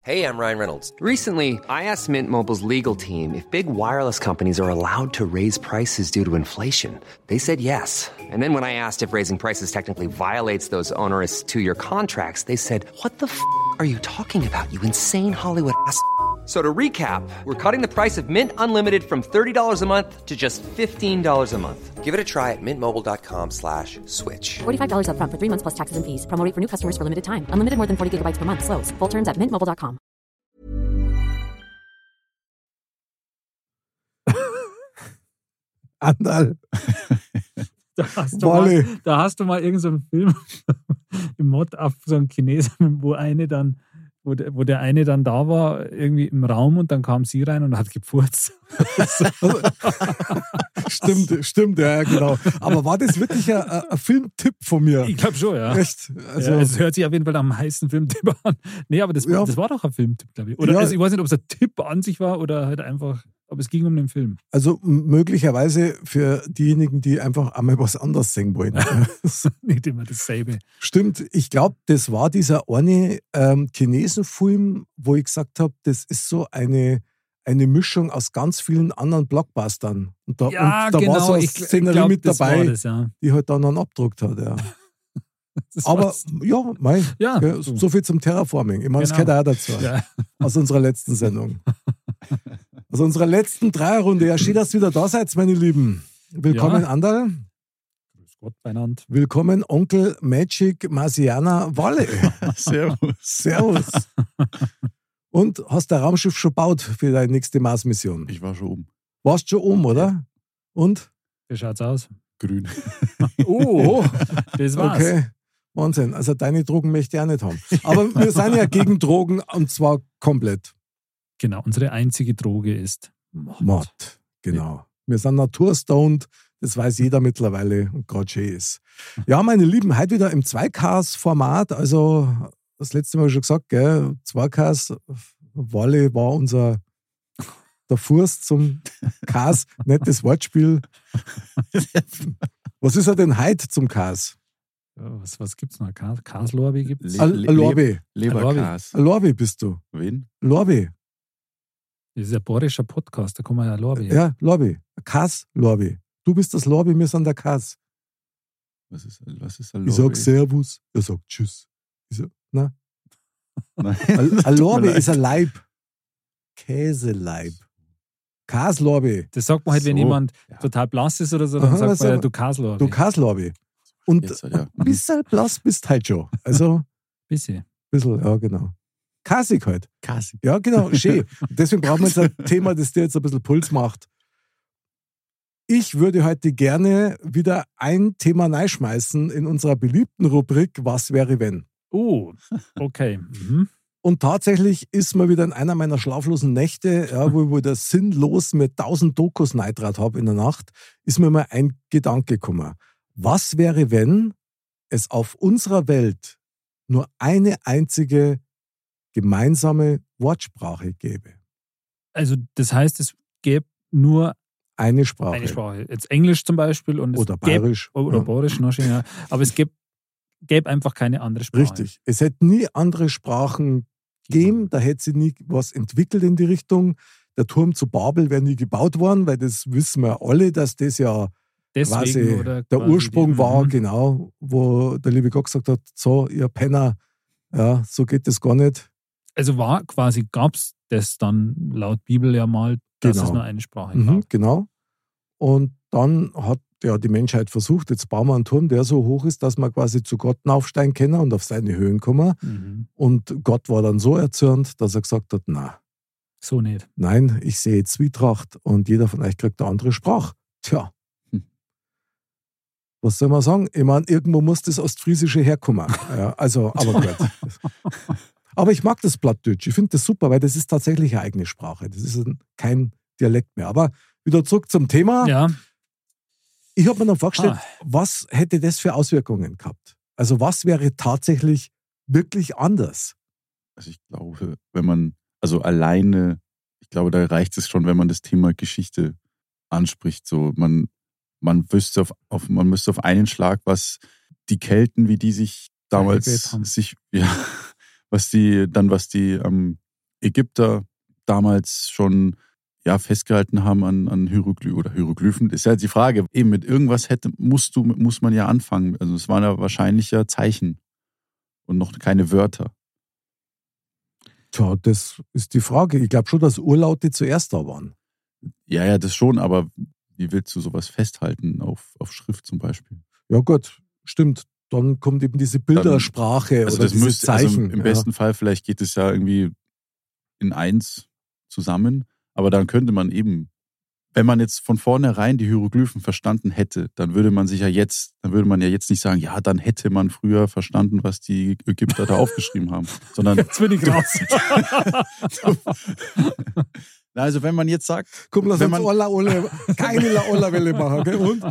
Hey, I'm Ryan Reynolds. Recently, I asked Mint Mobile's legal team if big wireless companies are allowed to raise prices due to inflation. They said yes. And then when I asked if raising prices technically violates those onerous two-year contracts, they said, "What the f*** are you talking about, you insane Hollywood ass?" So to recap, we're cutting the price of Mint Unlimited from $30 a month to just $15 a month. Give it a try at mintmobile.com/switch. $45 up front for 3 months plus taxes and fees. Promo rate for new customers for limited time. Unlimited more than 40 gigabytes per month. Slows full terms at mintmobile.com. Anderl. Da hast du mal irgendeinen so Film im Mod auf so einen Chinesen, wo der eine dann da war, irgendwie im Raum und dann kam sie rein und hat gepfurzt. Stimmt, ja, genau. Aber war das wirklich ein Filmtipp von mir? Ich glaube schon, ja. Echt? Also, ja, es hört sich auf jeden Fall am heißen Filmtipp an. Nee, aber das war doch ein Filmtipp, glaube ich. Oder also ich weiß nicht, ob es ein Tipp an sich war oder halt einfach, aber es ging um den Film. Also möglicherweise für diejenigen, die einfach einmal was anderes sehen wollen. Nicht immer dasselbe. Stimmt, ich glaube, das war dieser eine Chinesenfilm, wo ich gesagt habe, das ist so eine Mischung aus ganz vielen anderen Blockbustern. Und da genau. war so eine Szenerie mit dabei, das, ja. die halt dann einen abgedruckt hat. Ja. Aber so viel zum Terraforming. Ich meine, das gehört auch dazu. Ja. Aus unserer letzten Sendung. Aus unserer letzten Dreierrunde. Ja, schön, dass ihr wieder da seid, meine Lieben. Willkommen, Anderl. Grüß Gott, Beinand. Willkommen, Onkel Magic Marciana Walle. Servus. Und hast du ein Raumschiff schon gebaut für deine nächste Mars-Mission? Ich war schon oben. Warst schon oben, oder? Und? Wie schaut's aus? Grün. Oh, das war's. Okay, Wahnsinn. Also deine Drogen möchte ich auch nicht haben. Aber wir sind ja gegen Drogen und zwar komplett. Genau, unsere einzige Droge ist Mord. Genau. Wir sind naturstoned, das weiß jeder mittlerweile und gerade schön ist. Ja, meine Lieben, heute wieder im 2Ks-Format. Also das letzte Mal schon gesagt, gell? 2Ks, Walle war der Furst zum Kas, nettes Wortspiel. Was ist er denn heute zum Kas? Was gibt's noch? Kaslorbe gibt's? Lorbe. Leberkas. Lorbe bist du. Wen? Lorbe. Das ist ein bayerischer Podcast, da kann man ja Lorbe. Ja, Lorbe. Kas, Lorbe. Du bist das Lorbe, wir sind der Kas. Was ist ein Lorbe? Ich sag Servus, er sagt Tschüss. Ich sag, na? Nein. Ein Lorbe ist ein Leib. Käseleib. Kaslorbe. Das sagt man halt, wenn jemand total blass ist oder so, dann sagt man ja, du Kaslorbe. Du Kaslorbe. Und ein bisschen blass bist halt schon. Also, bisschen, ja, genau. Kasig halt. Kasig. Ja, genau, schön. Deswegen brauchen wir jetzt ein Thema, das dir jetzt ein bisschen Puls macht. Ich würde heute gerne wieder ein Thema reinschmeißen in unserer beliebten Rubrik Was wäre wenn? Oh, okay. Mhm. Und tatsächlich ist mir wieder in einer meiner schlaflosen Nächte, wo ich wieder sinnlos mit 1000 Dokus Neidrat habe in der Nacht, ist mir mal ein Gedanke gekommen. Was wäre, wenn es auf unserer Welt nur eine einzige gemeinsame Wortsprache gäbe? Also das heißt, es gäbe nur eine Sprache. Jetzt Englisch zum Beispiel. Oder Bayerisch. Bayerisch, noch schön, ja. Aber es gäbe einfach keine andere Sprache. Richtig. Es hätte nie andere Sprachen gegeben, da hätte sie nie was entwickelt in die Richtung. Der Turm zu Babel wäre nie gebaut worden, weil das wissen wir alle, dass das ja quasi der Ursprung war, genau, wo der liebe Gott gesagt hat, so, ihr Penner, ja, so geht das gar nicht. Also gab es das dann laut Bibel ja mal, dass es nur eine Sprache gab. Genau. Und dann hat ja die Menschheit versucht, jetzt bauen wir einen Turm, der so hoch ist, dass man quasi zu Gott aufsteigen können und auf seine Höhen kommen. Mhm. Und Gott war dann so erzürnt, dass er gesagt hat, na. So nicht. Nein, ich sehe Zwietracht und jeder von euch kriegt eine andere Sprache. Tja. Was soll man sagen? Ich meine, irgendwo muss das Ostfriesische herkommen. Ja, also, aber gut. Aber ich mag das Plattdeutsch. Ich finde das super, weil das ist tatsächlich eine eigene Sprache. Das ist kein Dialekt mehr. Aber wieder zurück zum Thema. Ja. Ich habe mir dann vorgestellt, was hätte das für Auswirkungen gehabt? Also was wäre tatsächlich wirklich anders? Also ich glaube, alleine, ich glaube, da reicht es schon, wenn man das Thema Geschichte anspricht. So, man müsste auf einen Schlag, was die Kelten, wie die sich damals was die Ägypter damals schon festgehalten haben an Hieroglyphen. Das ist ja die Frage. Eben mit irgendwas muss man ja anfangen. Also es waren ja wahrscheinlich ja Zeichen und noch keine Wörter. Tja, das ist die Frage. Ich glaube schon, dass Urlaute zuerst da waren. Ja, das schon, aber wie willst du sowas festhalten auf Schrift zum Beispiel? Ja gut, stimmt. Dann kommt eben diese Bildersprache oder das diese Also Zeichen. im besten Fall, vielleicht geht es ja irgendwie in eins zusammen, aber dann könnte man eben, wenn man jetzt von vornherein die Hieroglyphen verstanden hätte, dann würde man ja jetzt nicht sagen, ja, dann hätte man früher verstanden, was die Ägypter da aufgeschrieben haben, sondern Jetzt bin ich raus. Also wenn man jetzt sagt, komm, lass uns keine La-Olla-Welle machen, gell? Und?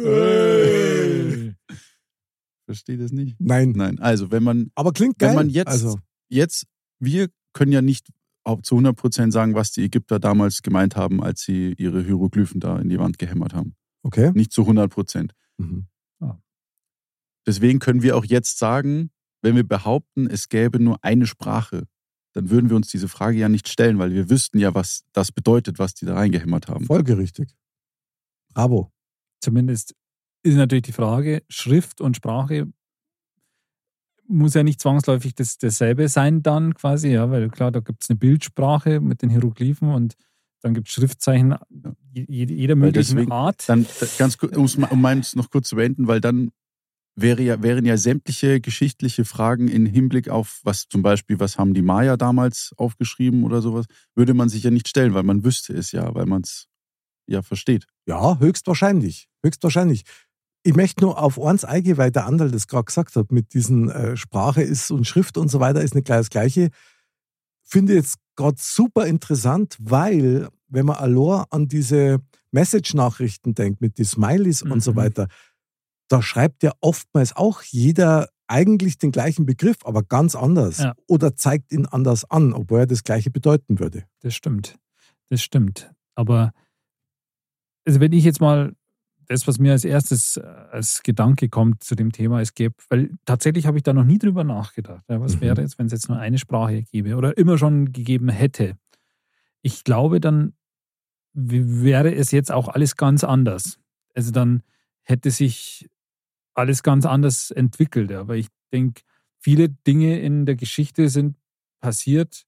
Verstehe das nicht? Nein. Also wenn man, aber klingt geil. Wenn man jetzt, wir können ja nicht auch zu 100% sagen, was die Ägypter damals gemeint haben, als sie ihre Hieroglyphen da in die Wand gehämmert haben. Okay. Nicht zu 100%. Mhm. Deswegen können wir auch jetzt sagen, wenn wir behaupten, es gäbe nur eine Sprache, dann würden wir uns diese Frage ja nicht stellen, weil wir wüssten ja, was das bedeutet, was die da reingehämmert haben. Folgerichtig. Bravo. Zumindest ist natürlich die Frage, Schrift und Sprache muss ja nicht zwangsläufig dasselbe sein dann quasi, ja, weil klar, da gibt es eine Bildsprache mit den Hieroglyphen und dann gibt es Schriftzeichen jeder möglichen Art. Dann ganz kurz, um meins noch kurz zu beenden, weil dann wären ja sämtliche geschichtliche Fragen im Hinblick auf, was zum Beispiel, was haben die Maya damals aufgeschrieben oder sowas, würde man sich ja nicht stellen, weil man wüsste es ja, weil man es ja versteht. Ja, höchstwahrscheinlich. Ich möchte nur auf eins eingehen, weil der Anderl das gerade gesagt hat, mit diesen Sprache ist und Schrift und so weiter ist nicht gleich das Gleiche. Finde jetzt gerade super interessant, weil, wenn man allein an diese Message-Nachrichten denkt, mit den Smileys und so weiter, da schreibt ja oftmals auch jeder eigentlich den gleichen Begriff, aber ganz anders. Ja. Oder zeigt ihn anders an, obwohl er das Gleiche bedeuten würde. Das stimmt. Aber also wenn ich jetzt mal das, was mir als erstes als Gedanke kommt zu dem Thema, weil tatsächlich habe ich da noch nie drüber nachgedacht. Ja, was wäre jetzt, wenn es jetzt nur eine Sprache gäbe oder immer schon gegeben hätte? Ich glaube, dann wäre es jetzt auch alles ganz anders. Also dann hätte sich alles ganz anders entwickelt. Aber ich denke, viele Dinge in der Geschichte sind passiert,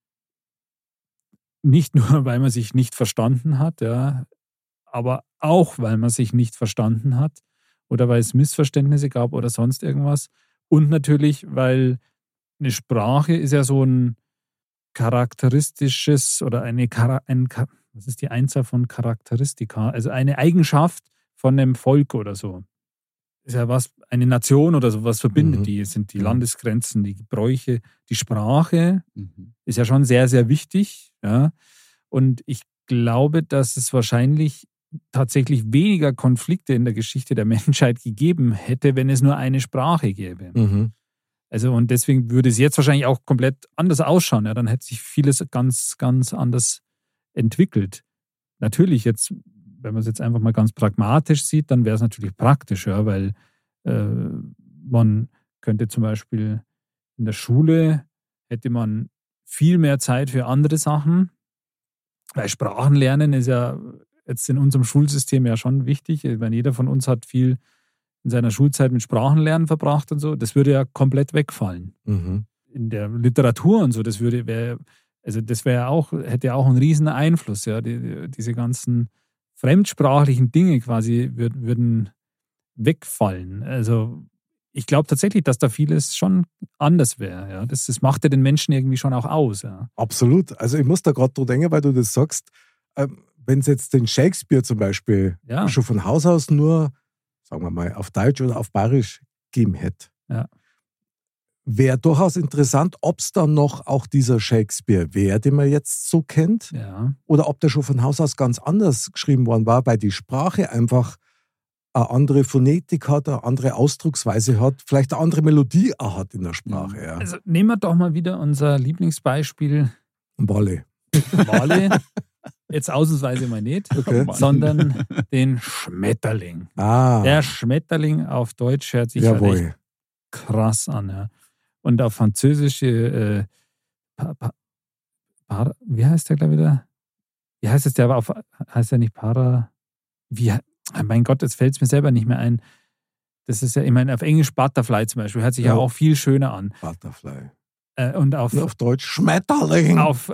nicht nur, weil man sich nicht verstanden hat, ja, aber auch, weil man sich nicht verstanden hat oder weil es Missverständnisse gab oder sonst irgendwas. Und natürlich, weil eine Sprache ist ja so ein charakteristisches oder was ist die Einzahl von Charakteristika? Also eine Eigenschaft von einem Volk oder so. Ist ja was, eine Nation oder so, was verbindet die? Es sind die Landesgrenzen, die Bräuche, die Sprache ist ja schon sehr, sehr wichtig. Ja? Und ich glaube, dass es wahrscheinlich tatsächlich weniger Konflikte in der Geschichte der Menschheit gegeben hätte, wenn es nur eine Sprache gäbe. Also und deswegen würde es jetzt wahrscheinlich auch komplett anders ausschauen. Ja? Dann hätte sich vieles ganz, ganz anders entwickelt. Natürlich jetzt, wenn man es jetzt einfach mal ganz pragmatisch sieht, dann wäre es natürlich praktisch, ja, weil man könnte zum Beispiel in der Schule hätte man viel mehr Zeit für andere Sachen, weil Sprachenlernen ist ja jetzt in unserem Schulsystem ja schon wichtig. Ich meine, jeder von uns hat viel in seiner Schulzeit mit Sprachenlernen verbracht und so. Das würde ja komplett wegfallen. In der Literatur und so, hätte ja auch einen riesen Einfluss, ja, diese ganzen fremdsprachlichen Dinge quasi würden wegfallen. Also ich glaube tatsächlich, dass da vieles schon anders wäre. Ja. Das macht ja den Menschen irgendwie schon auch aus. Ja. Absolut. Also ich muss da gerade drüber denken, weil du das sagst, wenn es jetzt den Shakespeare zum Beispiel schon von Haus aus nur, sagen wir mal, auf Deutsch oder auf Bayerisch gegeben hätte, wäre durchaus interessant, ob es dann noch auch dieser Shakespeare wäre, den man jetzt so kennt, oder ob der schon von Haus aus ganz anders geschrieben worden war, weil die Sprache einfach eine andere Phonetik hat, eine andere Ausdrucksweise hat, vielleicht eine andere Melodie auch hat in der Sprache. Ja. Also nehmen wir doch mal wieder unser Lieblingsbeispiel. Walle. Jetzt ausnahmsweise mal nicht, sondern den Schmetterling. Der Schmetterling auf Deutsch hört sich halt echt krass an. Ja. Und auf Französisch wie heißt der gleich wieder? Wie heißt es? Der war heißt der nicht mein Gott, jetzt fällt es mir selber nicht mehr ein. Das ist ja, ich meine, auf Englisch Butterfly zum Beispiel, hört sich ja auch viel schöner an. Butterfly. Und auf Deutsch Schmetterling. Auf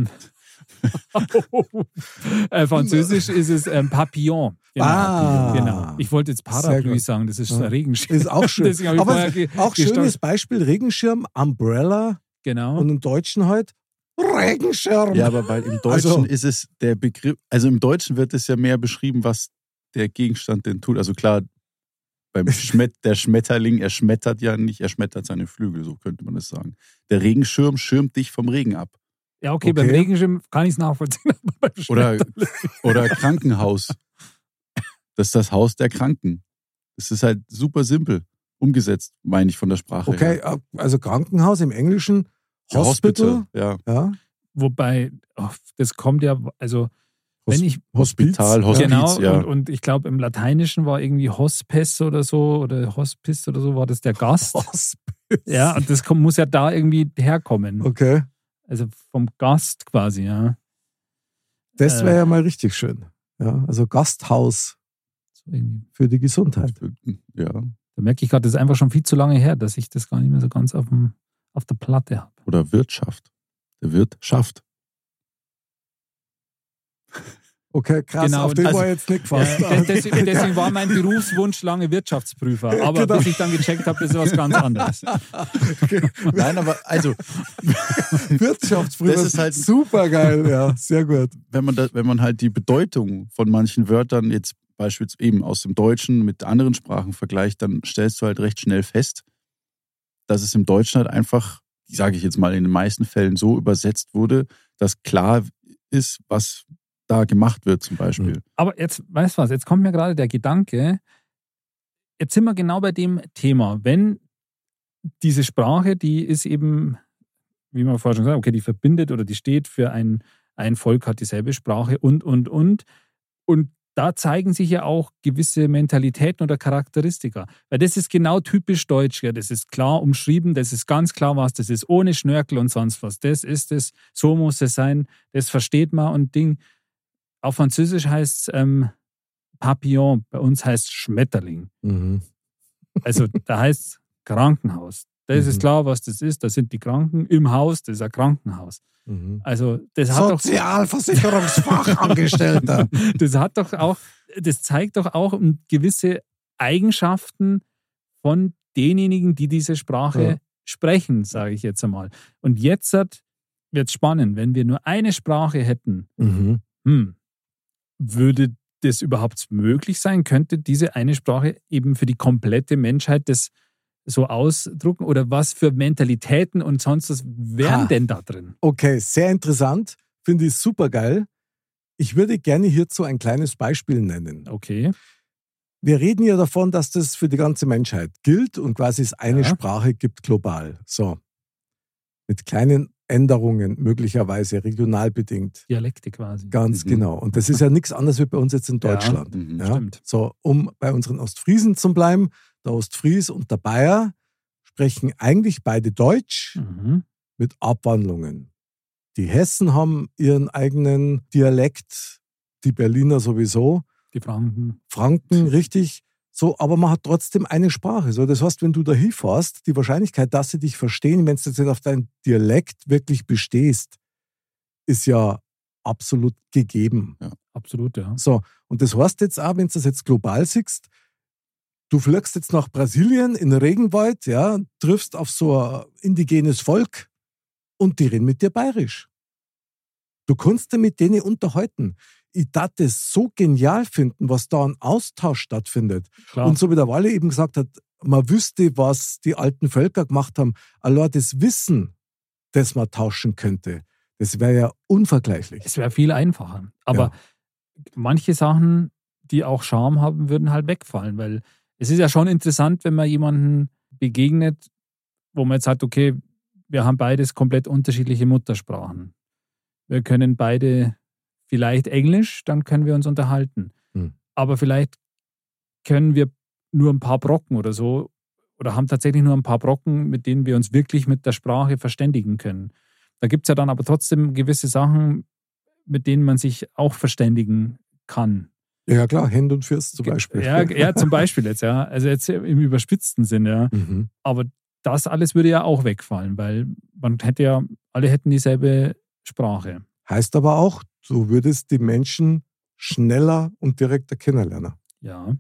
Französisch ist es Papillon. Genau. Genau. Ich wollte jetzt Parapluie sagen, das ist Regenschirm. Ist auch schön. Aber auch schönes Beispiel, Regenschirm, Umbrella. Genau. Und im Deutschen halt Regenschirm. Ja, aber im Deutschen ist es der Begriff, also im Deutschen wird es ja mehr beschrieben, was der Gegenstand denn tut. Also klar, der Schmetterling, er schmettert ja nicht, er schmettert seine Flügel, so könnte man es sagen. Der Regenschirm schirmt dich vom Regen ab. Ja, okay. Beim Regenschirm kann ich es nachvollziehen. Oder Krankenhaus. Das ist das Haus der Kranken. Das ist halt super simpel umgesetzt, meine ich, von der Sprache her. Okay, also Krankenhaus im Englischen, Hospital. Ja. Wobei, das kommt ja, also wenn ich Hospital, genau, ja. Und ich glaube, im Lateinischen war irgendwie Hospice oder so, oder Hospice oder so, war das der Gast. Hospice. Ja, und das muss ja da irgendwie herkommen. Okay. Also vom Gast quasi, ja. Das wäre ja mal richtig schön. Ja, also Gasthaus für die Gesundheit. Ja. Da merke ich gerade, das ist einfach schon viel zu lange her, dass ich das gar nicht mehr so ganz auf der Platte habe. Oder Wirtschaft. Der Wirt schafft. Okay, krass, genau, auf den war jetzt nicht gefasst. Ja, deswegen war mein Berufswunsch lange Wirtschaftsprüfer. Aber bis ich dann gecheckt habe, das ist was ganz anderes. Okay. Nein, aber also Wirtschaftsprüfer, das ist halt super geil, ja, sehr gut. Wenn man halt die Bedeutung von manchen Wörtern jetzt beispielsweise eben aus dem Deutschen mit anderen Sprachen vergleicht, dann stellst du halt recht schnell fest, dass es im Deutschen halt einfach, sage ich jetzt mal, in den meisten Fällen so übersetzt wurde, dass klar ist, was da gemacht wird zum Beispiel. Aber jetzt, weißt du was, jetzt kommt mir gerade der Gedanke, jetzt sind wir genau bei dem Thema, wenn diese Sprache, die ist eben, wie man vorher schon gesagt hat, okay, die verbindet oder die steht für ein Volk, hat dieselbe Sprache und da zeigen sich ja auch gewisse Mentalitäten oder Charakteristika. Weil das ist genau typisch deutsch. Ja. Das ist klar umschrieben, das ist ganz klar was, das ist ohne Schnörkel und sonst was. Das ist es, so muss es sein, das versteht man und Ding. Auf Französisch heißt es Papillon, bei uns heißt es Schmetterling. Mhm. Also da heißt es Krankenhaus. Das ist klar, was das ist. Da sind die Kranken im Haus, das ist ein Krankenhaus. Mhm. Also das hat Sozialversicherungsfachangestellter. Das zeigt doch auch gewisse Eigenschaften von denjenigen, die diese Sprache sprechen, sage ich jetzt einmal. Und jetzt wird es spannend, wenn wir nur eine Sprache hätten, würde das überhaupt möglich sein? Könnte diese eine Sprache eben für die komplette Menschheit das so ausdrucken? Oder was für Mentalitäten und sonst was wären denn da drin? Okay, sehr interessant. Finde ich super geil. Ich würde gerne hierzu ein kleines Beispiel nennen. Okay. Wir reden ja davon, dass das für die ganze Menschheit gilt und quasi es eine Sprache gibt global. So. Mit kleinen Änderungen, möglicherweise regional bedingt. Dialekte quasi. Ganz genau. Und das ist ja nichts anderes wie bei uns jetzt in Deutschland. Ja, stimmt. So, um bei unseren Ostfriesen zu bleiben, der Ostfries und der Bayer sprechen eigentlich beide Deutsch mit Abwandlungen. Die Hessen haben ihren eigenen Dialekt, die Berliner sowieso. Die Franken. Franken, richtig. So, aber man hat trotzdem eine Sprache. So, das heißt, wenn du da hinfährst, die Wahrscheinlichkeit, dass sie dich verstehen, wenn du jetzt auf deinen Dialekt wirklich bestehst, ist ja absolut gegeben. Ja. Absolut, ja. So, und das heißt jetzt auch, wenn du das jetzt global siehst, du fliegst jetzt nach Brasilien in den Regenwald, ja, triffst auf so ein indigenes Volk und die reden mit dir bayerisch. Du kannst dich mit denen unterhalten. Ich darf das so genial finden, was da ein Austausch stattfindet. Klar. Und so wie der Walle eben gesagt hat, man wüsste, was die alten Völker gemacht haben. Allein das Wissen, das man tauschen könnte, das wäre ja unvergleichlich. Es wäre viel einfacher. Aber manche Sachen, die auch Charme haben, würden halt wegfallen, weil es ist ja schon interessant, wenn man jemanden begegnet, wo man jetzt sagt, okay, wir haben beides komplett unterschiedliche Muttersprachen. Wir können beide vielleicht Englisch, dann können wir uns unterhalten. Aber vielleicht können wir nur ein paar Brocken oder so oder haben tatsächlich nur ein paar Brocken, mit denen wir uns wirklich mit der Sprache verständigen können. Da gibt es ja dann aber trotzdem gewisse Sachen, mit denen man sich auch verständigen kann. Ja, klar, Händ und Fürst zum Beispiel. Ja, zum Beispiel jetzt, ja. Also jetzt im überspitzten Sinn, ja. Mhm. Aber das alles würde ja auch wegfallen, weil alle hätten dieselbe Sprache. Heißt aber auch, du würdest die Menschen schneller und direkter kennenlernen. Ja.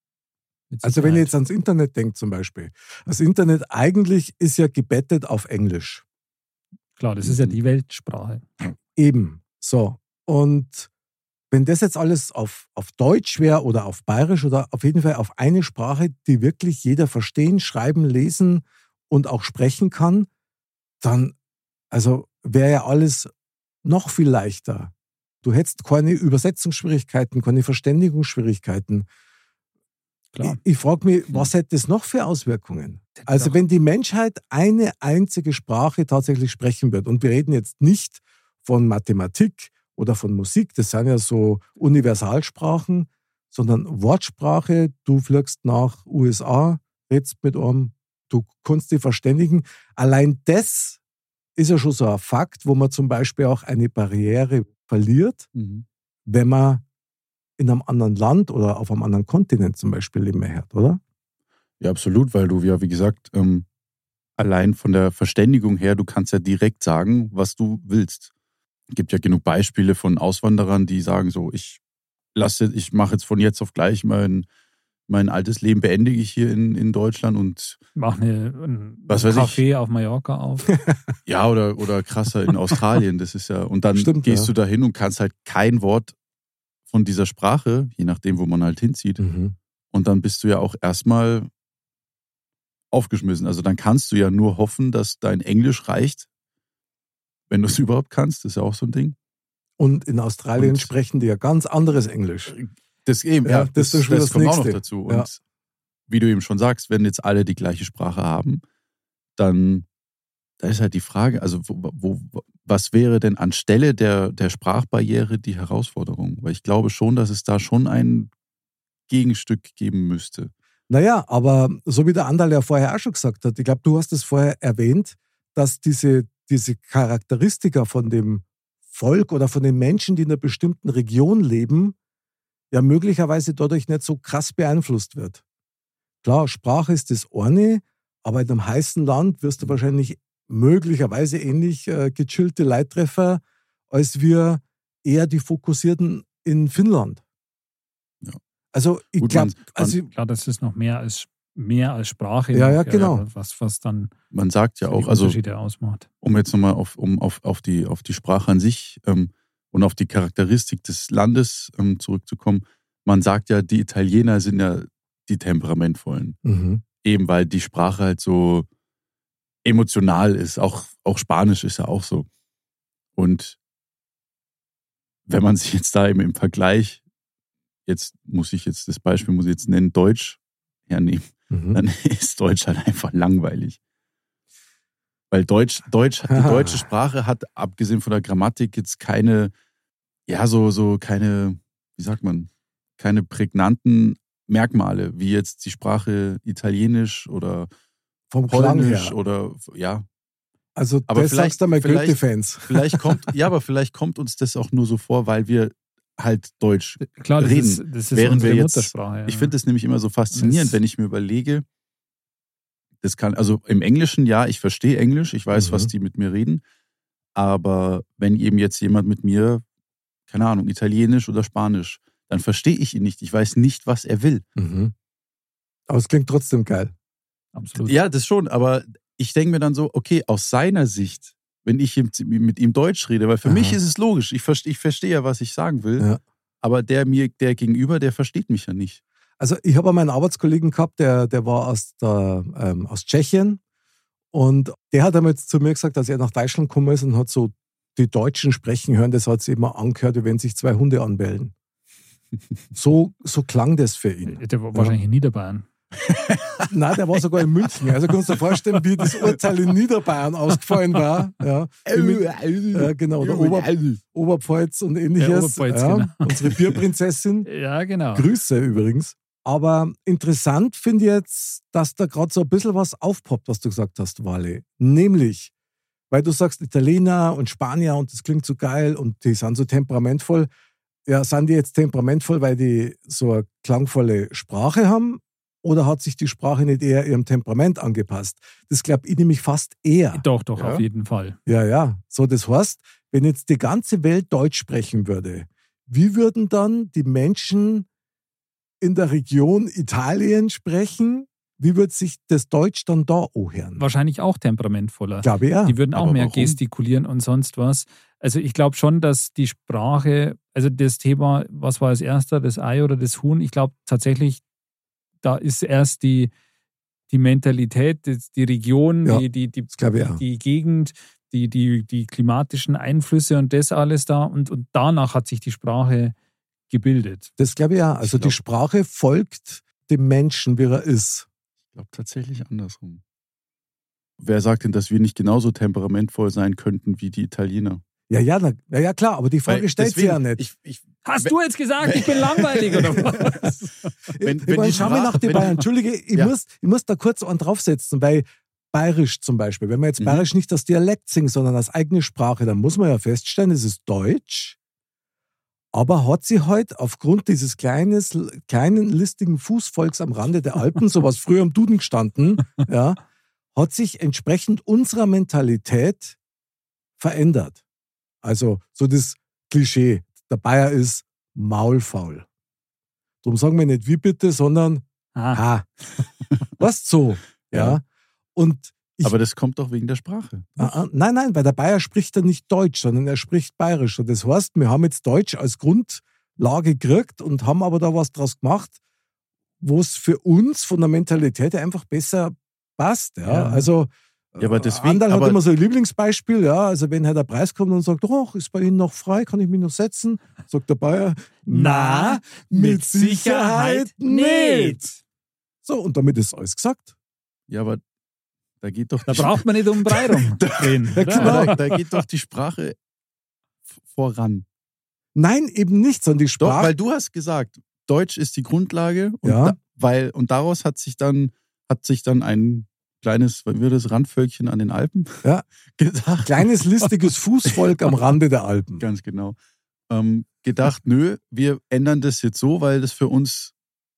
Also wenn ihr jetzt ans Internet denkt zum Beispiel. Das Internet eigentlich ist ja gebettet auf Englisch. Klar, das ist ja die Weltsprache. Eben. So. Und wenn das jetzt alles auf Deutsch wäre oder auf Bayerisch oder auf jeden Fall auf eine Sprache, die wirklich jeder verstehen, schreiben, lesen und auch sprechen kann, dann wäre ja alles noch viel leichter. Du hättest keine Übersetzungsschwierigkeiten, keine Verständigungsschwierigkeiten. Klar. Ich frage mich, was hätte das noch für Auswirkungen? Also wenn die Menschheit eine einzige Sprache tatsächlich sprechen wird, und wir reden jetzt nicht von Mathematik oder von Musik, das sind ja so Universalsprachen, sondern Wortsprache, du fliegst nach USA, redest mit einem, du kannst dich verständigen. Allein das ist ja schon so ein Fakt, wo man zum Beispiel auch eine Barriere verliert, wenn man in einem anderen Land oder auf einem anderen Kontinent zum Beispiel leben hört, oder? Ja, absolut, weil du ja, wie gesagt, allein von der Verständigung her, du kannst ja direkt sagen, was du willst. Es gibt ja genug Beispiele von Auswanderern, die sagen so, ich mache jetzt von jetzt auf gleich mein altes Leben beendige ich hier in Deutschland und mach ein Café auf Mallorca auf. Ja, oder krasser in Australien, das ist ja, und dann gehst du da hin und kannst halt kein Wort von dieser Sprache, je nachdem, wo man halt hinzieht. Mhm. Und dann bist du ja auch erstmal aufgeschmissen. Also dann kannst du ja nur hoffen, dass dein Englisch reicht, wenn du es überhaupt kannst. Das ist ja auch so ein Ding. Und in Australien sprechen die ja ganz anderes Englisch. Das eben, ja, das kommt auch noch dazu. Und wie du eben schon sagst, wenn jetzt alle die gleiche Sprache haben, dann da ist halt die Frage, also was wäre denn anstelle der Sprachbarriere die Herausforderung? Weil ich glaube schon, dass es da schon ein Gegenstück geben müsste. Naja, aber so wie der Anderl ja vorher auch schon gesagt hat, ich glaube, du hast es vorher erwähnt, dass diese Charakteristika von dem Volk oder von den Menschen, die in einer bestimmten Region leben, ja möglicherweise dadurch nicht so krass beeinflusst wird. Klar, Sprache ist das eine, aber in einem heißen Land wirst du wahrscheinlich möglicherweise ähnlich gechillte Leittreffer, als wir eher die Fokussierten in Finnland. Ja. Also ich glaube, klar, das ist noch mehr als Sprache. Ja, genau. Was dann man sagt ja auch, Unterschiede ausmacht. Um jetzt nochmal auf die Sprache an sich und auf die Charakteristik des Landes zurückzukommen, man sagt ja, die Italiener sind ja die Temperamentvollen. Mhm. Eben weil die Sprache halt so emotional ist. Auch Spanisch ist ja auch so. Und wenn man sich jetzt da eben im Vergleich, das Beispiel muss ich jetzt nennen, Deutsch hernehmen, dann ist Deutsch halt einfach langweilig. Weil die deutsche Sprache hat, abgesehen von der Grammatik, jetzt keine, keine, wie sagt man, keine prägnanten Merkmale, wie jetzt die Sprache Italienisch oder vom Polnisch Klang her. Oder ja. Also aber das sagst du mal Goethe-Fans. Aber vielleicht kommt uns das auch nur so vor, weil wir halt Deutsch reden. Das ist während wir jetzt, Muttersprache. Ja. Ich finde das nämlich immer so faszinierend, wenn ich mir überlege, also im Englischen, ja, ich verstehe Englisch, ich weiß, was die mit mir reden, aber wenn eben jetzt jemand mit mir, keine Ahnung, Italienisch oder Spanisch, dann verstehe ich ihn nicht. Ich weiß nicht, was er will. Mhm. Aber es klingt trotzdem geil. Absolut. Ja, das schon, aber ich denke mir dann so, okay, aus seiner Sicht, wenn ich mit ihm Deutsch rede, weil für mich ist es logisch, ich verstehe ja, was ich sagen will, aber der Gegenüber, der versteht mich ja nicht. Also ich habe meinen Arbeitskollegen gehabt, der war aus Tschechien und der hat einmal zu mir gesagt, dass er nach Deutschland gekommen ist und hat so die Deutschen sprechen hören, das hat sich immer angehört, wie wenn sich zwei Hunde anbellen. So klang das für ihn. Der war wahrscheinlich in Niederbayern. Nein, der war sogar in München. Also kannst du dir vorstellen, wie das Urteil in Niederbayern ausgefallen war. Ja, genau, oder Oberpfalz und ähnliches. Ja, Oberpfalz, genau. Unsere Bierprinzessin. Ja, genau. Grüße übrigens. Aber interessant finde ich jetzt, dass da gerade so ein bisschen was aufpoppt, was du gesagt hast, Wally. Nämlich, weil du sagst Italiener und Spanier und das klingt so geil und die sind so temperamentvoll. Ja, sind die jetzt temperamentvoll, weil die so eine klangvolle Sprache haben? Oder hat sich die Sprache nicht eher ihrem Temperament angepasst? Das glaube ich nämlich fast eher. Doch, auf jeden Fall. Ja. So, das heißt, wenn jetzt die ganze Welt Deutsch sprechen würde, wie würden dann die Menschen in der Region Italien sprechen? Wie würde sich das Deutsch dann da anhören? Wahrscheinlich auch temperamentvoller. Glaube ich ja. Die würden auch Aber mehr warum? gestikulieren und sonst was. Also ich glaube schon, dass die Sprache, also das Thema, was war als erster, das Ei oder das Huhn, ich glaube tatsächlich, da ist erst die Mentalität, die Region, Ja, die das glaube ich auch. die Gegend, die klimatischen Einflüsse und das alles da und danach hat sich die Sprache gebildet. Das glaube ich auch. Also die Sprache folgt dem Menschen, wie er ist. Ich glaube tatsächlich andersrum. Wer sagt denn, dass wir nicht genauso temperamentvoll sein könnten wie die Italiener? Ja, klar, aber die Frage Weil stellt sie ja deswegen, nicht. Hast du jetzt gesagt, ich bin langweilig oder was? Schau mal nach den Bayern. Entschuldige, ich muss da kurz einen draufsetzen, weil Bayerisch zum Beispiel, wenn man jetzt Bayerisch nicht als Dialekt singt, sondern als eigene Sprache, dann muss man ja feststellen, es ist Deutsch, aber hat sie halt aufgrund dieses kleinen, listigen Fußvolks am Rande der Alpen, so was früher im Duden gestanden, ja, hat sich entsprechend unserer Mentalität verändert. Also so das Klischee, der Bayer ist maulfaul. Darum sagen wir nicht wie bitte, sondern was so, ja. Und aber das kommt doch wegen der Sprache. Nein, weil der Bayer spricht ja nicht Deutsch, sondern er spricht Bayerisch. Und das heißt, wir haben jetzt Deutsch als Grundlage gekriegt und haben aber da was draus gemacht, wo es für uns von der Mentalität her einfach besser passt. Ja. Also Ja, aber deswegen, Anderl hat immer so ein Lieblingsbeispiel, ja, also wenn halt der Preis kommt und sagt, ist bei Ihnen noch frei, kann ich mich noch setzen? Sagt der Bayer, na, mit Sicherheit nicht. So, und damit ist alles gesagt. Ja, aber da geht doch... Da braucht man nicht um Brei rumreden. Da geht doch die Sprache voran. Nein, eben nicht, sondern die Sprache... Doch, weil du hast gesagt, Deutsch ist die Grundlage und, Ja. und daraus hat sich dann ein kleines, wie wird das, Randvölkchen an den Alpen gedacht. Kleines, listiges Fußvolk am Rande der Alpen. Ganz genau. Gedacht, nö, wir ändern das jetzt so, weil das für uns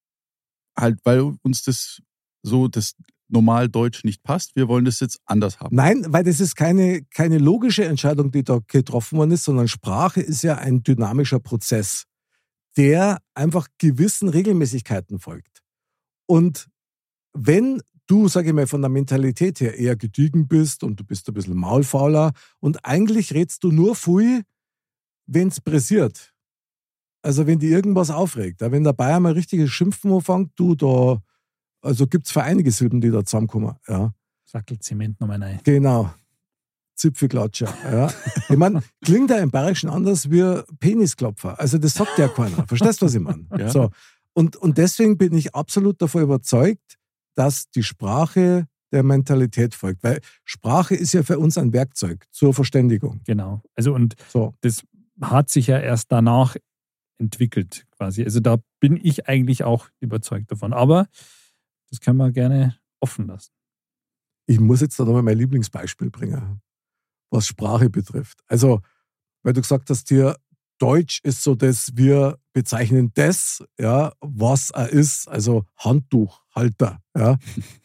halt, weil uns das so das normal Deutsch nicht passt. Wir wollen das jetzt anders haben. Nein, weil das ist keine logische Entscheidung, die da getroffen worden ist, sondern Sprache ist ja ein dynamischer Prozess, der einfach gewissen Regelmäßigkeiten folgt. Und wenn du, sage ich mal, von der Mentalität her eher gediegen bist und du bist ein bisschen maulfauler und eigentlich redest du nur viel, wenn es pressiert. Also wenn die irgendwas aufregt. Wenn der Bayer mal richtiges Schimpfen anfängt, also gibt es für einige Silben, die da zusammenkommen. Ja. Sackel Zement nochmal rein. Genau. Zipfelklatscher. Ja. Ich meine, klingt ja im Bayerischen anders wie Penisklopfer. Also das sagt ja keiner. Verstehst du, was ich meine? Ja. So. Und deswegen bin ich absolut davon überzeugt, dass die Sprache der Mentalität folgt. Weil Sprache ist ja für uns ein Werkzeug zur Verständigung. Genau. Also und So. das hat sich ja erst danach entwickelt quasi. Also da bin ich eigentlich auch überzeugt davon. Aber das können wir gerne offen lassen. Ich muss jetzt da nochmal mein Lieblingsbeispiel bringen, was Sprache betrifft. Also, weil du gesagt hast, hier Deutsch ist so das, wir bezeichnen das, ja, was er ist, also Handtuchhalter. Ja.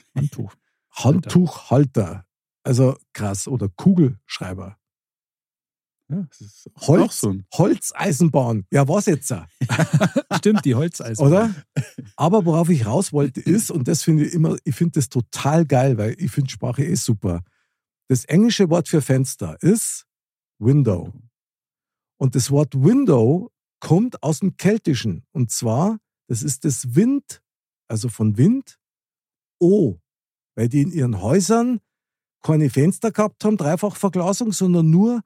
Handtuchhalter. Also krass. Oder Kugelschreiber. Ja, das ist auch so ein... Holzeisenbahn. Ja, was jetzt? Stimmt, die Holzeisenbahn. Oder? Aber worauf ich raus wollte ist, und das finde ich finde das total geil, weil ich finde Sprache super. Das englische Wort für Fenster ist Window. Und das Wort Window kommt aus dem Keltischen. Und zwar, das ist das Wind, also von Wind, O. Weil die in ihren Häusern keine Fenster gehabt haben, Dreifachverglasung, sondern nur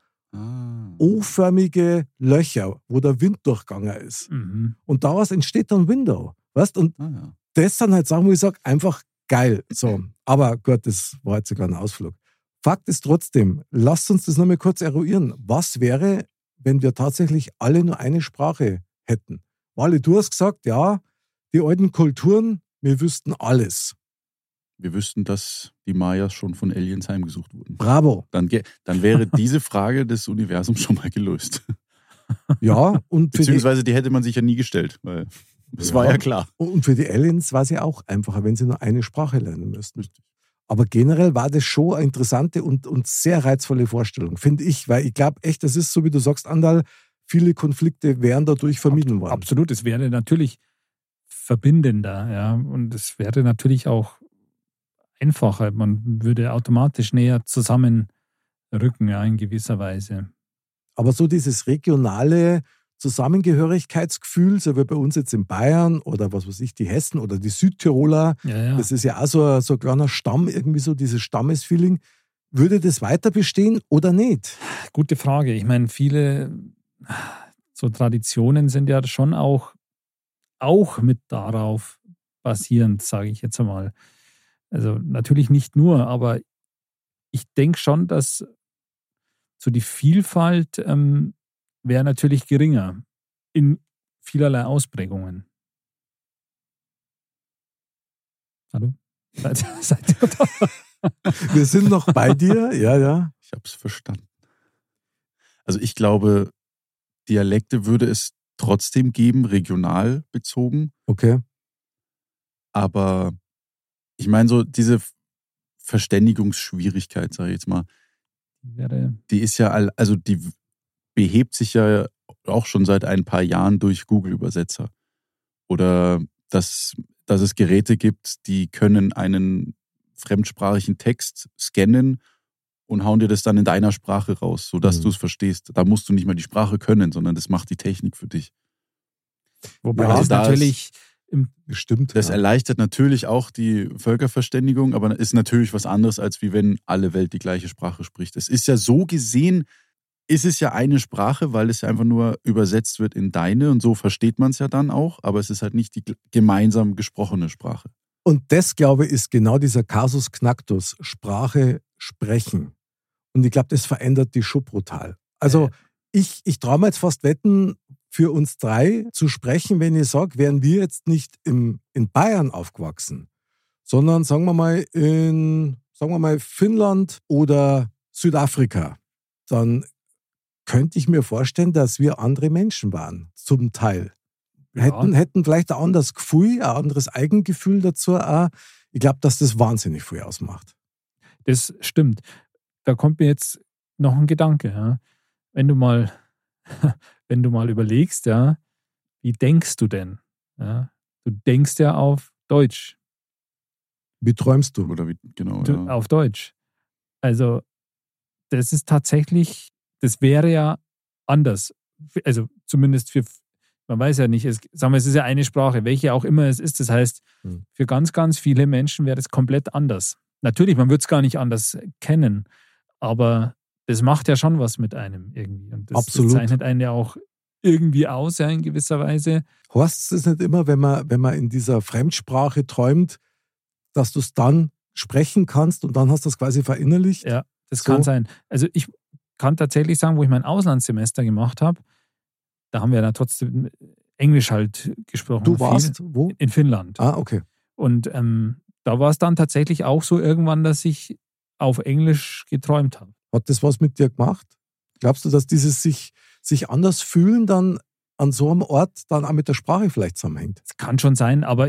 O-förmige Löcher, wo der Wind durchgegangen ist. Mhm. Und daraus entsteht dann Window. Weißt? Und das sind halt Sachen, wo ich sage, einfach geil. So. Aber gut, das war jetzt sogar ein Ausflug. Fakt ist trotzdem, lasst uns das nochmal kurz eruieren. Was wäre, wenn wir tatsächlich alle nur eine Sprache hätten? Wally, du hast gesagt, ja, die alten Kulturen, wir wüssten alles. wir wüssten, dass die Mayas schon von Aliens heimgesucht wurden. Bravo. Dann wäre diese Frage des Universums schon mal gelöst. Ja, und beziehungsweise die hätte man sich ja nie gestellt, weil das war ja klar. Und für die Aliens war es ja auch einfacher, wenn sie nur eine Sprache lernen müssten. Aber generell war das schon eine interessante und sehr reizvolle Vorstellung, finde ich, weil ich glaube echt, das ist so, wie du sagst, Andal, viele Konflikte wären dadurch vermieden worden. Absolut, es wäre natürlich verbindender, ja, und es wäre natürlich auch einfacher. Man würde automatisch näher zusammenrücken, ja, in gewisser Weise. Aber so dieses regionale Zusammengehörigkeitsgefühl, so wie bei uns jetzt in Bayern oder was weiß ich, die Hessen oder die Südtiroler, das ist ja auch so ein kleiner Stamm, irgendwie so dieses Stammesfeeling. Würde das weiter bestehen oder nicht? Gute Frage. Ich meine, viele so Traditionen sind ja schon auch mit darauf basierend, sage ich jetzt einmal. Also natürlich nicht nur, aber ich denke schon, dass so die Vielfalt wäre natürlich geringer in vielerlei Ausprägungen. Hallo? Seid ihr da? Wir sind noch bei dir, ja. Ich habe es verstanden. Also ich glaube, Dialekte würde es trotzdem geben, regional bezogen. Okay. Aber ich meine so diese Verständigungsschwierigkeit, sage ich jetzt mal, die ist ja, also die behebt sich ja auch schon seit ein paar Jahren durch Google-Übersetzer. Oder dass es Geräte gibt, die können einen fremdsprachigen Text scannen und hauen dir das dann in deiner Sprache raus, sodass du es verstehst. Da musst du nicht mal die Sprache können, sondern das macht die Technik für dich. Wobei das natürlich bestimmt. Das erleichtert natürlich auch die Völkerverständigung, aber ist natürlich was anderes, als wie wenn alle Welt die gleiche Sprache spricht. Es ist ja so gesehen, ist es ja eine Sprache, weil es ja einfach nur übersetzt wird in deine und so versteht man es ja dann auch, aber es ist halt nicht die gemeinsam gesprochene Sprache. Und das, glaube ich, ist genau dieser Kasus Knacktus, Sprache sprechen. Und ich glaube, das verändert die schon brutal. Also ich traue mir jetzt fast wetten, für uns drei zu sprechen, wenn ich sage, wären wir jetzt nicht in Bayern aufgewachsen, sondern sagen wir mal in Finnland oder Südafrika, dann könnte ich mir vorstellen, dass wir andere Menschen waren, zum Teil. Ja. Hätten vielleicht ein anderes Gefühl, ein anderes Eigengefühl dazu auch. Ich glaube, dass das wahnsinnig viel ausmacht. Das stimmt. Da kommt mir jetzt noch ein Gedanke. Ja. Wenn du mal überlegst, ja, wie denkst du denn? Ja, du denkst ja auf Deutsch. Wie träumst du? Oder wie, genau, auf Deutsch. Also, das ist tatsächlich, das wäre ja anders. Also, zumindest man weiß ja nicht, es ist ja eine Sprache, welche auch immer es ist. Das heißt, für ganz, ganz viele Menschen wäre das komplett anders. Natürlich, man würde es gar nicht anders kennen, aber das macht ja schon was mit einem irgendwie. Und das zeichnet einen ja auch irgendwie aus, ja, in gewisser Weise. Heißt es nicht immer, wenn man in dieser Fremdsprache träumt, dass du es dann sprechen kannst und dann hast du es quasi verinnerlicht? Ja, das kann sein. Also ich kann tatsächlich sagen, wo ich mein Auslandssemester gemacht habe, da haben wir dann trotzdem Englisch halt gesprochen. Du warst wo? In Finnland. Ah, okay. Und da war es dann tatsächlich auch so irgendwann, dass ich auf Englisch geträumt habe. Hat das was mit dir gemacht? Glaubst du, dass dieses sich anders fühlen dann an so einem Ort dann auch mit der Sprache vielleicht zusammenhängt? Das kann schon sein, aber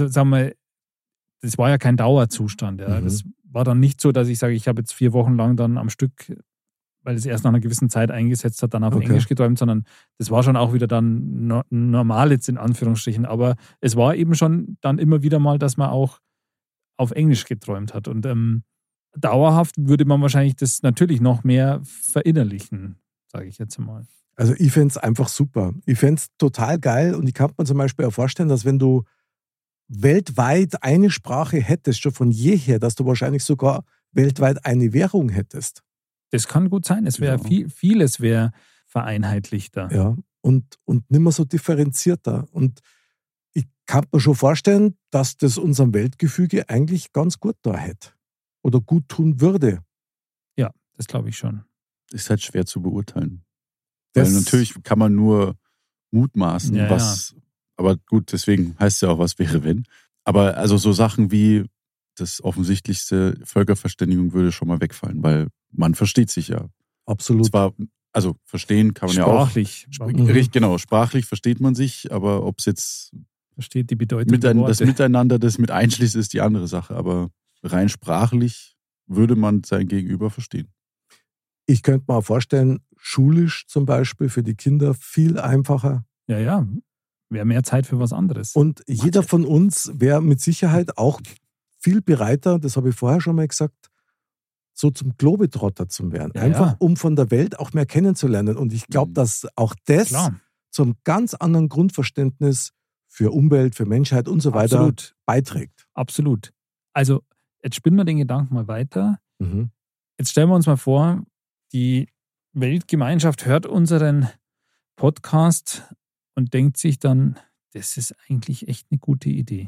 das war ja kein Dauerzustand. Ja. Das war dann nicht so, dass ich sage, ich habe jetzt 4 Wochen lang dann am Stück, weil es erst nach einer gewissen Zeit eingesetzt hat, dann auf Englisch geträumt, sondern das war schon auch wieder dann normal jetzt in Anführungsstrichen. Aber es war eben schon dann immer wieder mal, dass man auch auf Englisch geträumt hat. Und dauerhaft würde man wahrscheinlich das natürlich noch mehr verinnerlichen, sage ich jetzt mal. Also ich fände es einfach super. Ich fände es total geil und ich kann mir zum Beispiel auch vorstellen, dass wenn du weltweit eine Sprache hättest, schon von jeher, dass du wahrscheinlich sogar weltweit eine Währung hättest. Das kann gut sein. Es wäre vieles wäre vereinheitlichter. Ja, und nicht mehr so differenzierter. Und ich kann mir schon vorstellen, dass das unserem Weltgefüge eigentlich ganz gut da hätte. Oder gut tun würde. Ja, das glaube ich schon. Ist halt schwer zu beurteilen. Weil natürlich kann man nur mutmaßen, was. Aber gut, deswegen heißt es ja auch, was wäre, wenn. Aber also so Sachen wie das Offensichtlichste, Völkerverständigung würde schon mal wegfallen, weil man versteht sich ja. Absolut. Zwar, also verstehen kann man sprachlich. Ja auch. Genau, sprachlich versteht man sich, aber ob es jetzt versteht die Bedeutung der Worte. Das Miteinander, das mit einschließt, ist die andere Sache. Aber rein sprachlich würde man sein Gegenüber verstehen. Ich könnte mir auch vorstellen, schulisch zum Beispiel für die Kinder viel einfacher. Ja. Wäre mehr Zeit für was anderes. Und jeder von uns wäre mit Sicherheit auch viel bereiter, das habe ich vorher schon mal gesagt, so zum Globetrotter zu werden. Ja, einfach, um von der Welt auch mehr kennenzulernen. Und ich glaube, dass auch das zum ganz anderen Grundverständnis für Umwelt, für Menschheit und so weiter beiträgt. Absolut. Also, jetzt spinnen wir den Gedanken mal weiter. Mhm. Jetzt stellen wir uns mal vor, die Weltgemeinschaft hört unseren Podcast und denkt sich dann, das ist eigentlich echt eine gute Idee.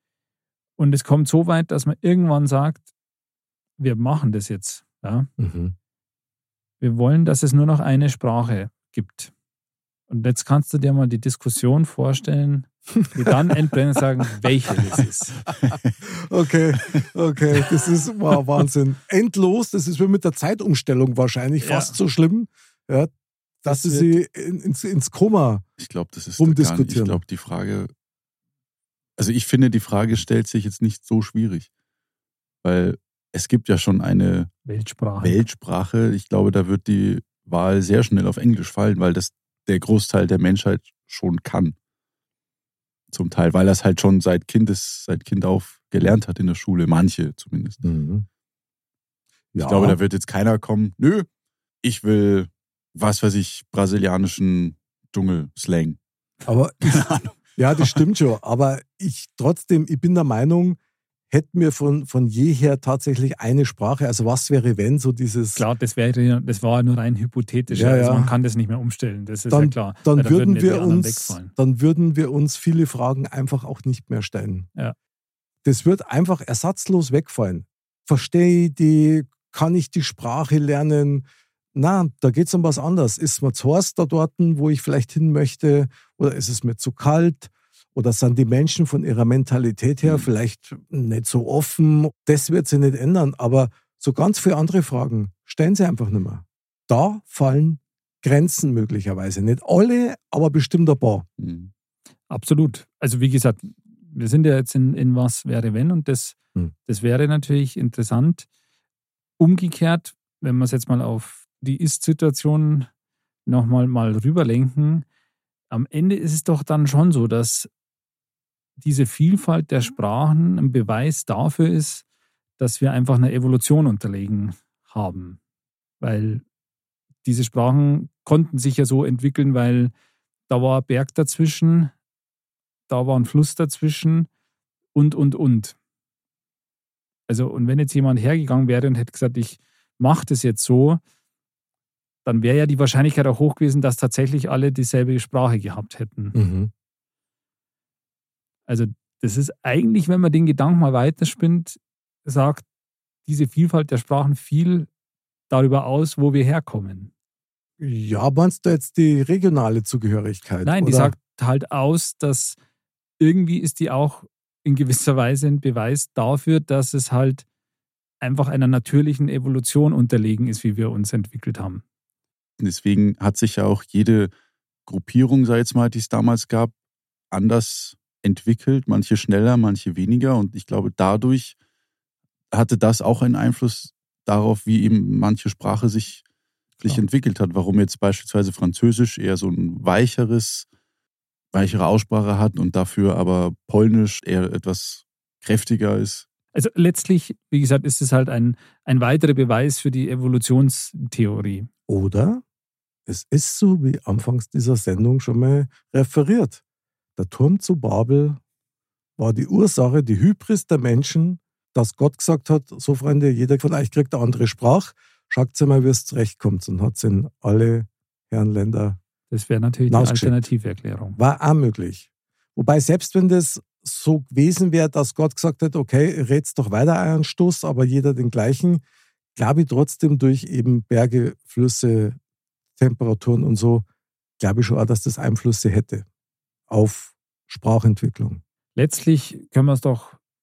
Und es kommt so weit, dass man irgendwann sagt, wir machen das jetzt. Ja? Mhm. Wir wollen, dass es nur noch eine Sprache gibt. Und jetzt kannst du dir mal die Diskussion vorstellen, die dann entbrennen und sagen, welche das ist. Okay, das ist Wahnsinn. Endlos, das ist wie mit der Zeitumstellung wahrscheinlich fast so schlimm, ja, dass sie ins Koma ich glaube, das ist rumdiskutieren. Ich glaube, die Frage, also ich finde, die Frage stellt sich jetzt nicht so schwierig, weil es gibt ja schon eine Weltsprache. Ich glaube, da wird die Wahl sehr schnell auf Englisch fallen, weil das der Großteil der Menschheit schon kann. Zum Teil, weil er es halt schon seit Kind auf gelernt hat in der Schule. Manche zumindest. Mhm. Ja. Ich glaube, da wird jetzt keiner kommen, nö, ich will, was weiß ich, brasilianischen Dschungelslang. Aber ja, das stimmt schon. Aber ich bin der Meinung, hätten wir von jeher tatsächlich eine Sprache, also was wäre, wenn so dieses... Klar, das war nur rein hypothetisch, ja. Also man kann das nicht mehr umstellen, das ist dann, ja klar. Dann würden wir uns viele Fragen einfach auch nicht mehr stellen. Ja. Das wird einfach ersatzlos wegfallen. Verstehe ich die, kann ich die Sprache lernen? Na, da geht es um was anderes. Ist mir zu heiß da dort, wo ich vielleicht hin möchte? Oder ist es mir zu kalt? Oder sind die Menschen von ihrer Mentalität her vielleicht nicht so offen? Das wird sich nicht ändern. Aber so ganz viele andere Fragen stellen sie einfach nicht mehr. Da fallen Grenzen möglicherweise. Nicht alle, aber bestimmt ein paar. Mhm. Absolut. Also wie gesagt, wir sind ja jetzt in was wäre wenn und das wäre natürlich interessant. Umgekehrt, wenn wir es jetzt mal auf die Ist-Situation nochmal rüberlenken, am Ende ist es doch dann schon so, dass diese Vielfalt der Sprachen ein Beweis dafür ist, dass wir einfach einer Evolution unterlegen haben. Weil diese Sprachen konnten sich ja so entwickeln, weil da war ein Berg dazwischen, da war ein Fluss dazwischen und. Also, und wenn jetzt jemand hergegangen wäre und hätte gesagt, ich mache das jetzt so, dann wäre ja die Wahrscheinlichkeit auch hoch gewesen, dass tatsächlich alle dieselbe Sprache gehabt hätten. Mhm. Also das ist eigentlich, wenn man den Gedanken mal weiterspinnt, sagt diese Vielfalt der Sprachen viel darüber aus, wo wir herkommen. Ja, meinst du jetzt die regionale Zugehörigkeit? Nein, die oder? sagt halt aus, dass irgendwie ist die auch in gewisser Weise ein Beweis dafür, dass es halt einfach einer natürlichen Evolution unterlegen ist, wie wir uns entwickelt haben. Deswegen hat sich ja auch jede Gruppierung, sag ich jetzt mal, die es damals gab, anders entwickelt. Manche schneller, manche weniger. Und ich glaube, dadurch hatte das auch einen Einfluss darauf, wie eben manche Sprache sich entwickelt hat. Warum jetzt beispielsweise Französisch eher so ein weichere Aussprache hat und dafür aber Polnisch eher etwas kräftiger ist. Also letztlich, wie gesagt, ist es halt ein weiterer Beweis für die Evolutionstheorie. Oder es ist so, wie anfangs dieser Sendung schon mal referiert. Der Turm zu Babel war die Ursache, die Hybris der Menschen, dass Gott gesagt hat, so Freunde, jeder von euch kriegt eine andere Sprache, schaut mal, wie es zurechtkommt. Und hat es in alle Herrenländer. Das wäre natürlich die Alternativerklärung. War auch möglich. Wobei, selbst wenn das so gewesen wäre, dass Gott gesagt hat, okay, red's doch weiter einen Stoß, aber jeder den gleichen, glaube ich trotzdem durch eben Berge, Flüsse, Temperaturen und so, glaube ich schon auch, dass das Einflüsse hätte auf Sprachentwicklung. Letztlich können wir es doch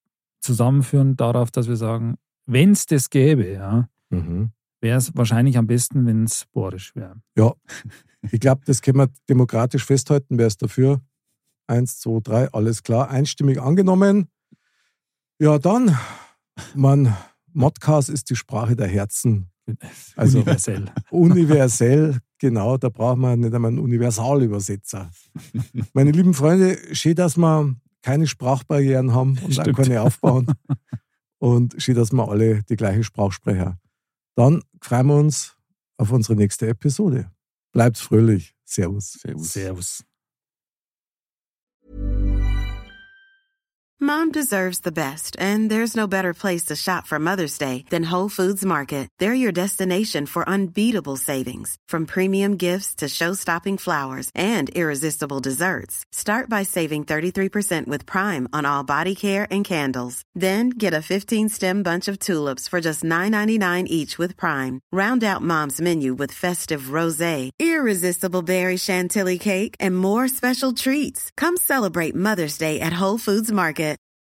zusammenführen darauf, dass wir sagen, wenn es das gäbe, ja, wäre es wahrscheinlich am besten, wenn es bohrisch wäre. Ja, ich glaube, das können wir demokratisch festhalten. Wer ist dafür? 1, 2, 3, alles klar, einstimmig angenommen. Ja, dann, Modcast ist die Sprache der Herzen. Also universell, genau, da braucht man nicht einmal einen Universalübersetzer. Meine lieben Freunde, schön, dass wir keine Sprachbarrieren haben und auch keine aufbauen. Und schön, dass wir alle die gleiche Sprachsprecher. Dann freuen wir uns auf unsere nächste Episode. Bleibt fröhlich. Servus. Servus. Mom deserves the best, and there's no better place to shop for Mother's Day than Whole Foods Market. They're your destination for unbeatable savings, from premium gifts to show-stopping flowers and irresistible desserts. Start by saving 33% with Prime on all body care and candles. Then get a 15-stem bunch of tulips for just $9.99 each with Prime. Round out Mom's menu with festive rosé, irresistible berry chantilly cake, and more special treats. Come celebrate Mother's Day at Whole Foods Market.